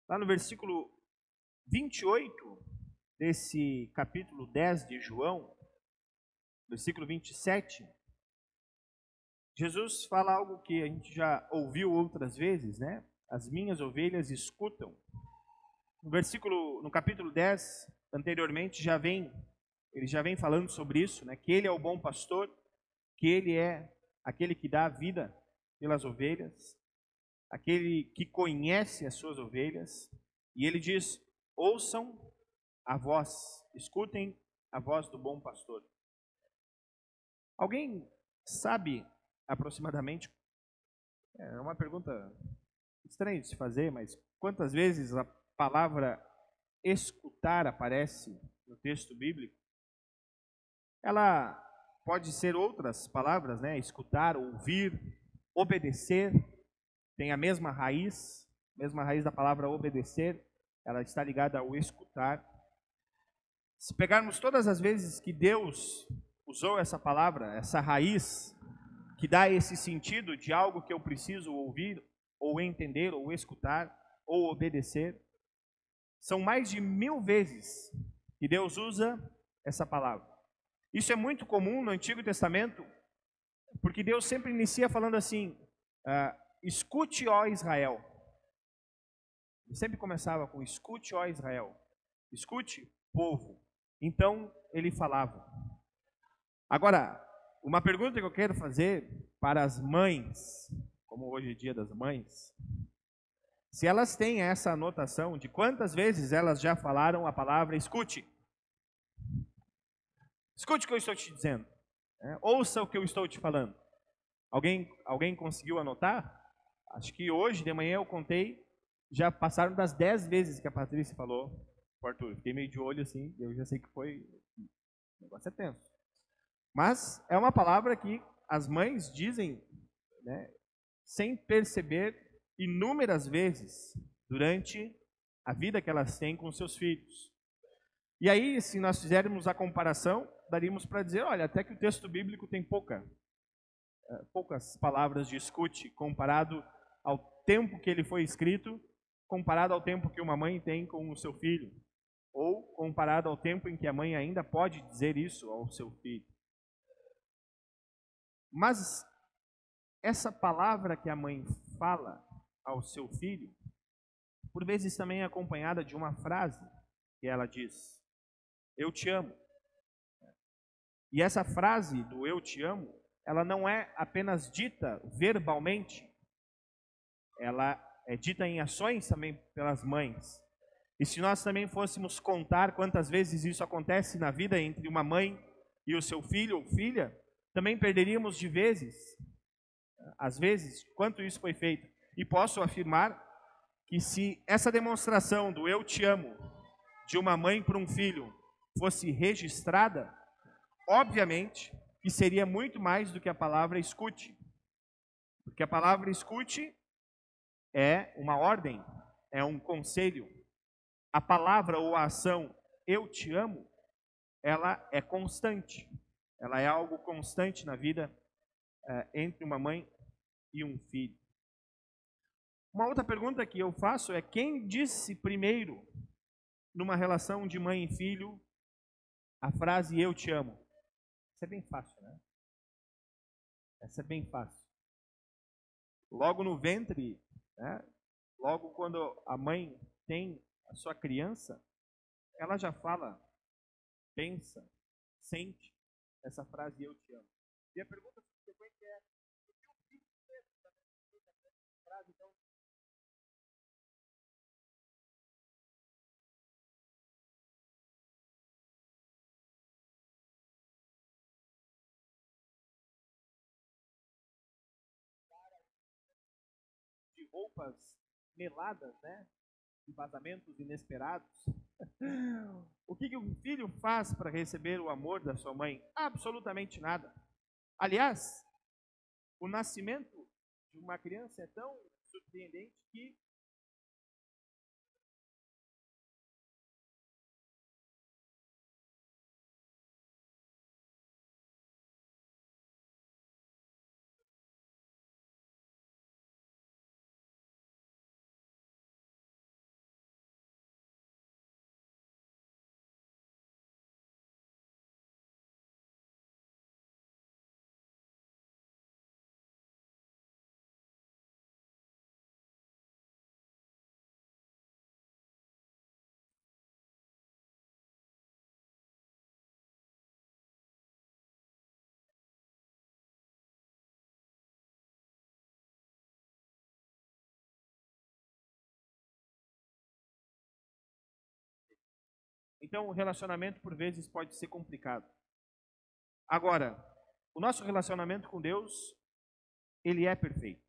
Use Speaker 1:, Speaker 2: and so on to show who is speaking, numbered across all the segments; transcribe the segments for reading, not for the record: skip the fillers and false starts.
Speaker 1: Lá no versículo 28 desse capítulo 10 de João, versículo 27, Jesus fala algo que a gente já ouviu outras vezes, né? As minhas ovelhas escutam. No capítulo 10, anteriormente, ele já vem falando sobre isso, né? Que ele é o bom pastor, que ele é aquele que dá a vida pelas ovelhas, aquele que conhece as suas ovelhas, e ele diz: ouçam a voz, escutem a voz do bom pastor. Alguém sabe aproximadamente, é uma pergunta estranha de se fazer, mas quantas vezes a palavra escutar aparece no texto bíblico? Ela pode ser outras palavras, né? Escutar, ouvir, obedecer, tem a mesma raiz da palavra obedecer, ela está ligada ao escutar. Se pegarmos todas as vezes que Deus usou essa palavra, essa raiz, que dá esse sentido de algo que eu preciso ouvir, ou entender, ou escutar, ou obedecer, são mais de 1000 vezes que Deus usa essa palavra. Isso é muito comum no Antigo Testamento, porque Deus sempre inicia falando assim: escute, ó Israel. Ele sempre começava com: escute, ó Israel. Escute, povo. Então ele falava. Agora, uma pergunta que eu quero fazer para as mães, como hoje é dia das mães, se elas têm essa anotação de quantas vezes elas já falaram a palavra escute. Escute o que eu estou te dizendo. Ouça o que eu estou te falando. Alguém conseguiu anotar? Acho que hoje de manhã eu contei, já passaram das 10 vezes que a Patrícia falou pro Arthur. Fiquei meio de olho assim, eu já sei que foi. O negócio é tenso. Mas é uma palavra que as mães dizem, né, sem perceber, inúmeras vezes durante a vida que elas têm com seus filhos. E aí, se nós fizermos a comparação, daríamos para dizer: olha, até que o texto bíblico tem poucas palavras de escute comparado ao tempo que ele foi escrito, comparado ao tempo que uma mãe tem com o seu filho, ou comparado ao tempo em que a mãe ainda pode dizer isso ao seu filho. Mas essa palavra que a mãe fala ao seu filho, por vezes também é acompanhada de uma frase que ela diz: eu te amo. E essa frase do eu te amo, ela não é apenas dita verbalmente, ela é dita em ações também pelas mães. E se nós também fôssemos contar quantas vezes isso acontece na vida entre uma mãe e o seu filho ou filha, também perderíamos de vezes, às vezes, quanto isso foi feito. E posso afirmar que se essa demonstração do eu te amo de uma mãe para um filho fosse registrada, obviamente que seria muito mais do que a palavra escute. Porque a palavra escute é uma ordem, é um conselho. A palavra ou a ação eu te amo, ela é constante. Ela é algo constante na vida entre uma mãe e um filho. Uma outra pergunta que eu faço é: quem disse primeiro, numa relação de mãe e filho, a frase eu te amo? Isso é bem fácil, né? Essa é bem fácil. Logo no ventre, né? Logo quando a mãe tem a sua criança, ela já fala, pensa, sente essa frase eu te amo. E a pergunta subsequente é: o que o filho fez essa frase então? De roupas meladas, né? De vazamentos inesperados. O que um filho faz para receber o amor da sua mãe? Absolutamente nada. Aliás, o nascimento de uma criança é tão surpreendente que Então, o relacionamento, por vezes, pode ser complicado. Agora, o nosso relacionamento com Deus, ele é perfeito.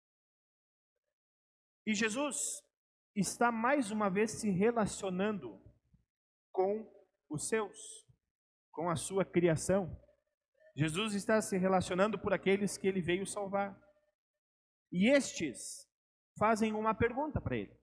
Speaker 1: E Jesus está mais uma vez se relacionando com os seus, com a sua criação. Jesus está se relacionando por aqueles que ele veio salvar. E estes fazem uma pergunta para ele: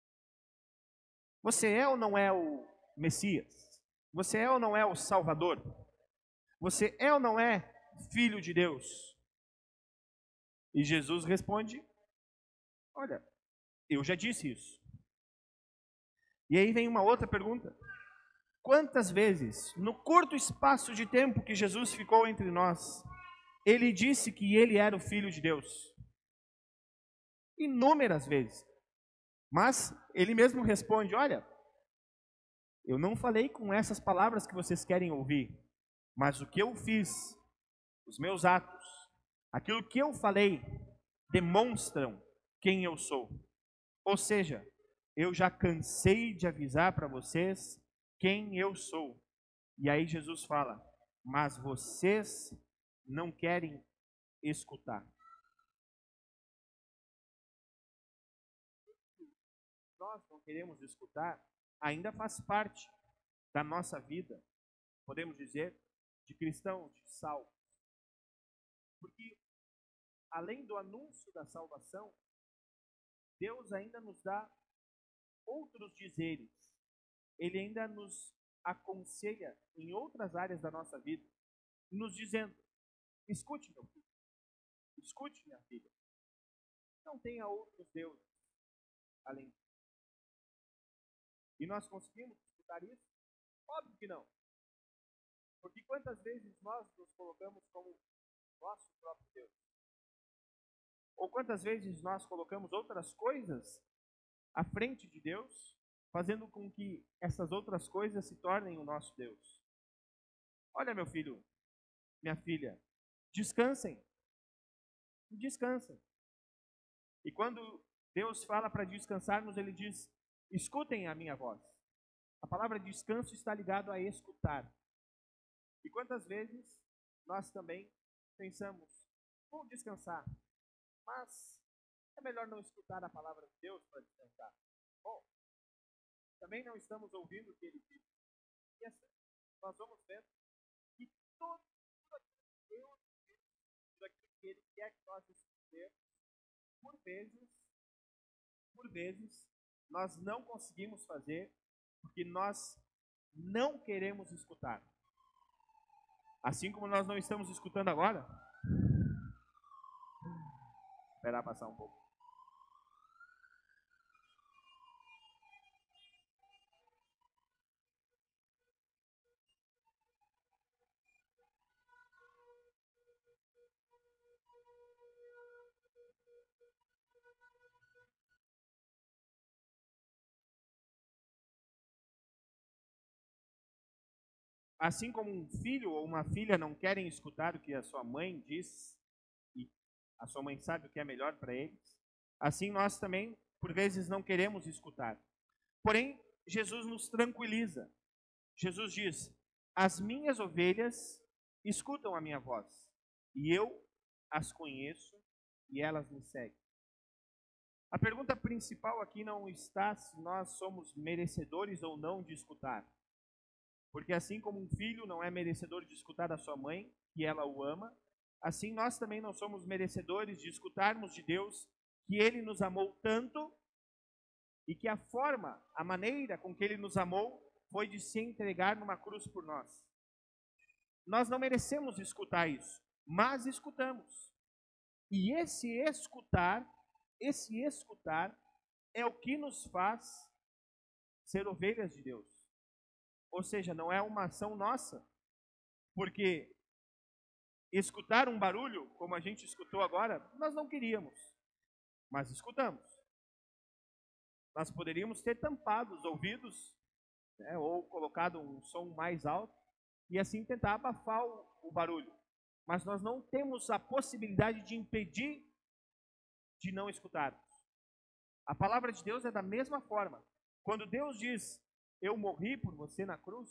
Speaker 1: você é ou não é o Messias? Você é ou não é o Salvador? Você é ou não é filho de Deus? E Jesus responde: olha, eu já disse isso. E aí vem uma outra pergunta: quantas vezes, no curto espaço de tempo que Jesus ficou entre nós, ele disse que ele era o Filho de Deus? Inúmeras vezes. Mas ele mesmo responde: olha, eu não falei com essas palavras que vocês querem ouvir, mas o que eu fiz, os meus atos, aquilo que eu falei, demonstram quem eu sou. Ou seja, eu já cansei de avisar para vocês quem eu sou. E aí Jesus fala: mas vocês não querem escutar. Nós não queremos escutar, ainda faz parte da nossa vida, podemos dizer, de cristãos, de salvos. Porque, além do anúncio da salvação, Deus ainda nos dá outros dizeres. Ele ainda nos aconselha em outras áreas da nossa vida, nos dizendo: escute, meu filho, escute, minha filha, não tenha outros deuses além de mim. E nós conseguimos escutar isso? Óbvio que não. Porque quantas vezes nós nos colocamos como nosso próprio Deus? Ou quantas vezes nós colocamos outras coisas à frente de Deus, fazendo com que essas outras coisas se tornem o nosso Deus? Olha, meu filho, minha filha, descansem. Descansem. E quando Deus fala para descansarmos, ele diz: escutem a minha voz. A palavra descanso está ligado a escutar. E quantas vezes nós também pensamos: vou descansar, mas é melhor não escutar a palavra de Deus para descansar. Bom, também não estamos ouvindo o que ele diz. E assim, nós vamos vendo que tudo aquilo que Deus diz, tudo aquilo que ele quer que nós escutemos, por vezes, nós não conseguimos fazer porque nós não queremos escutar. Assim como nós não estamos escutando agora. Esperar passar um pouco. Assim como um filho ou uma filha não querem escutar o que a sua mãe diz, e a sua mãe sabe o que é melhor para eles, assim nós também, por vezes, não queremos escutar. Porém, Jesus nos tranquiliza. Jesus diz: as minhas ovelhas escutam a minha voz, e eu as conheço e elas me seguem. A pergunta principal aqui não está se nós somos merecedores ou não de escutar. Porque assim como um filho não é merecedor de escutar da sua mãe, que ela o ama, assim nós também não somos merecedores de escutarmos de Deus, que ele nos amou tanto e que a forma, a maneira com que ele nos amou foi de se entregar numa cruz por nós. Nós não merecemos escutar isso, mas escutamos. E esse escutar é o que nos faz ser ovelhas de Deus. Ou seja, não é uma ação nossa, porque escutar um barulho, como a gente escutou agora, nós não queríamos, mas escutamos. Nós poderíamos ter tampado os ouvidos, né, ou colocado um som mais alto, e assim tentar abafar o barulho. Mas nós não temos a possibilidade de impedir de não escutarmos. A palavra de Deus é da mesma forma. Quando Deus diz: eu morri por você na cruz?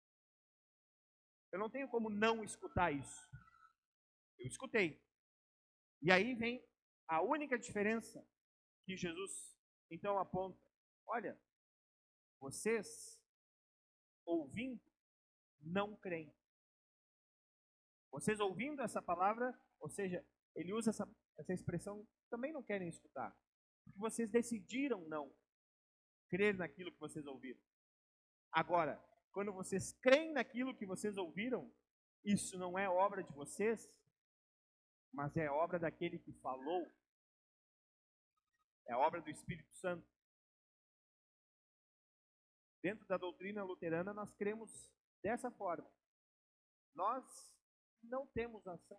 Speaker 1: Eu não tenho como não escutar isso. Eu escutei. E aí vem a única diferença que Jesus então aponta. Olha, vocês ouvindo não creem. Vocês ouvindo essa palavra, ou seja, ele usa essa expressão, também não querem escutar. Porque vocês decidiram não crer naquilo que vocês ouviram. Agora, quando vocês creem naquilo que vocês ouviram, isso não é obra de vocês, mas é obra daquele que falou. É obra do Espírito Santo. Dentro da doutrina luterana, nós cremos dessa forma. Nós não temos ação,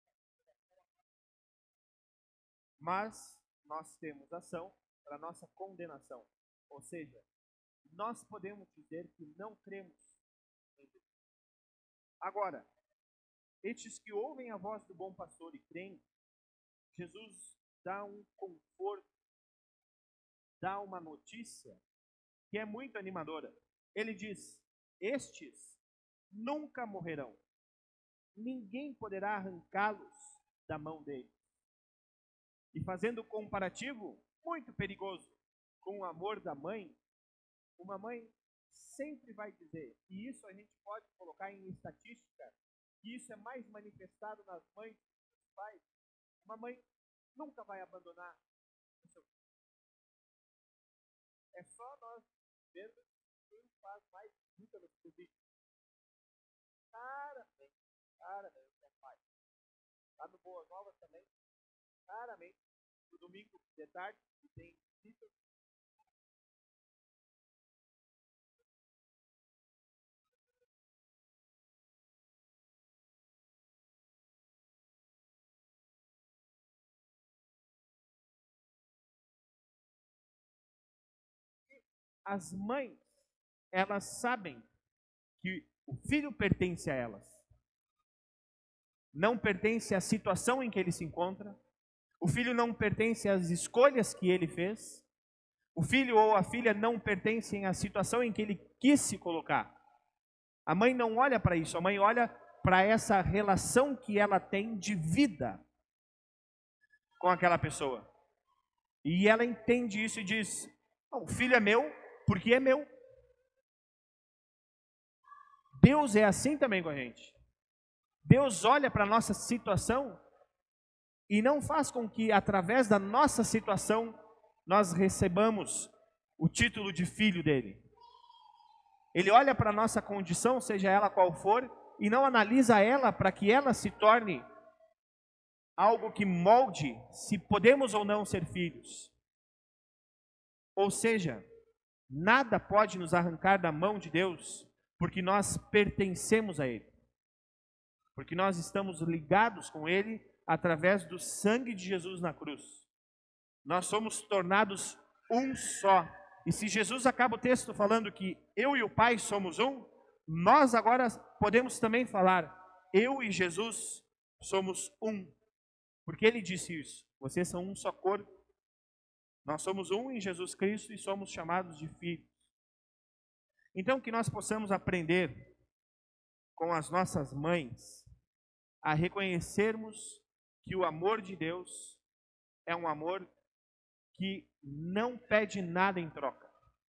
Speaker 1: mas nós temos ação para nossa condenação. Ou seja, nós podemos dizer que não cremos em Deus. Agora, estes que ouvem a voz do bom pastor e creem, Jesus dá um conforto, dá uma notícia que é muito animadora. Ele diz: estes nunca morrerão. Ninguém poderá arrancá-los da mão dele. E fazendo um comparativo muito perigoso com o amor da mãe, uma mãe sempre vai dizer, e isso a gente pode colocar em estatística, que isso é mais manifestado nas mães do que nos pais. Uma mãe nunca vai abandonar o seu filho. É só nós vermos quem faz mais luta no seu vídeo. Claramente, é pai. Lá no Boas Novas também, claramente, no domingo de tarde, que tem visitas. As mães, elas sabem que o filho pertence a elas. Não pertence à situação em que ele se encontra. O filho não pertence às escolhas que ele fez. O filho ou a filha não pertencem à situação em que ele quis se colocar. A mãe não olha para isso, a mãe olha para essa relação que ela tem de vida com aquela pessoa. E ela entende isso e diz: o filho é meu porque é meu. Deus é assim também com a gente. Deus olha para a nossa situação e não faz com que, através da nossa situação, nós recebamos o título de filho dele. Ele olha para a nossa condição, seja ela qual for, e não analisa ela para que ela se torne algo que molde se podemos ou não ser filhos. Ou seja, nada pode nos arrancar da mão de Deus, porque nós pertencemos a Ele. Porque nós estamos ligados com Ele através do sangue de Jesus na cruz. Nós somos tornados um só. E se Jesus acaba o texto falando que eu e o Pai somos um, nós agora podemos também falar, eu e Jesus somos um. Porque Ele disse isso, vocês são um só corpo. Nós somos um em Jesus Cristo e somos chamados de filhos. Então que nós possamos aprender com as nossas mães a reconhecermos que o amor de Deus é um amor que não pede nada em troca,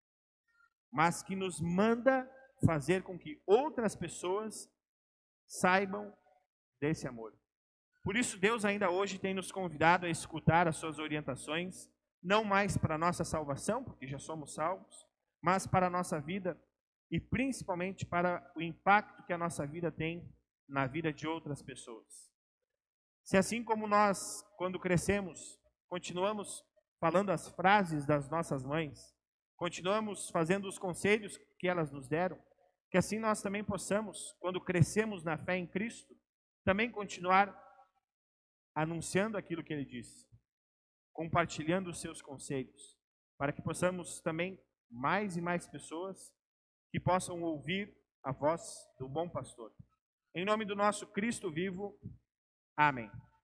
Speaker 1: mas que nos manda fazer com que outras pessoas saibam desse amor. Por isso Deus ainda hoje tem nos convidado a escutar as suas orientações, não mais para a nossa salvação, porque já somos salvos, mas para a nossa vida e principalmente para o impacto que a nossa vida tem na vida de outras pessoas. Se assim como nós, quando crescemos, continuamos falando as frases das nossas mães, continuamos fazendo os conselhos que elas nos deram, que assim nós também possamos, quando crescemos na fé em Cristo, também continuar anunciando aquilo que Ele disse, compartilhando os seus conselhos, para que possamos também, mais e mais pessoas, que possam ouvir a voz do bom pastor. Em nome do nosso Cristo vivo, amém.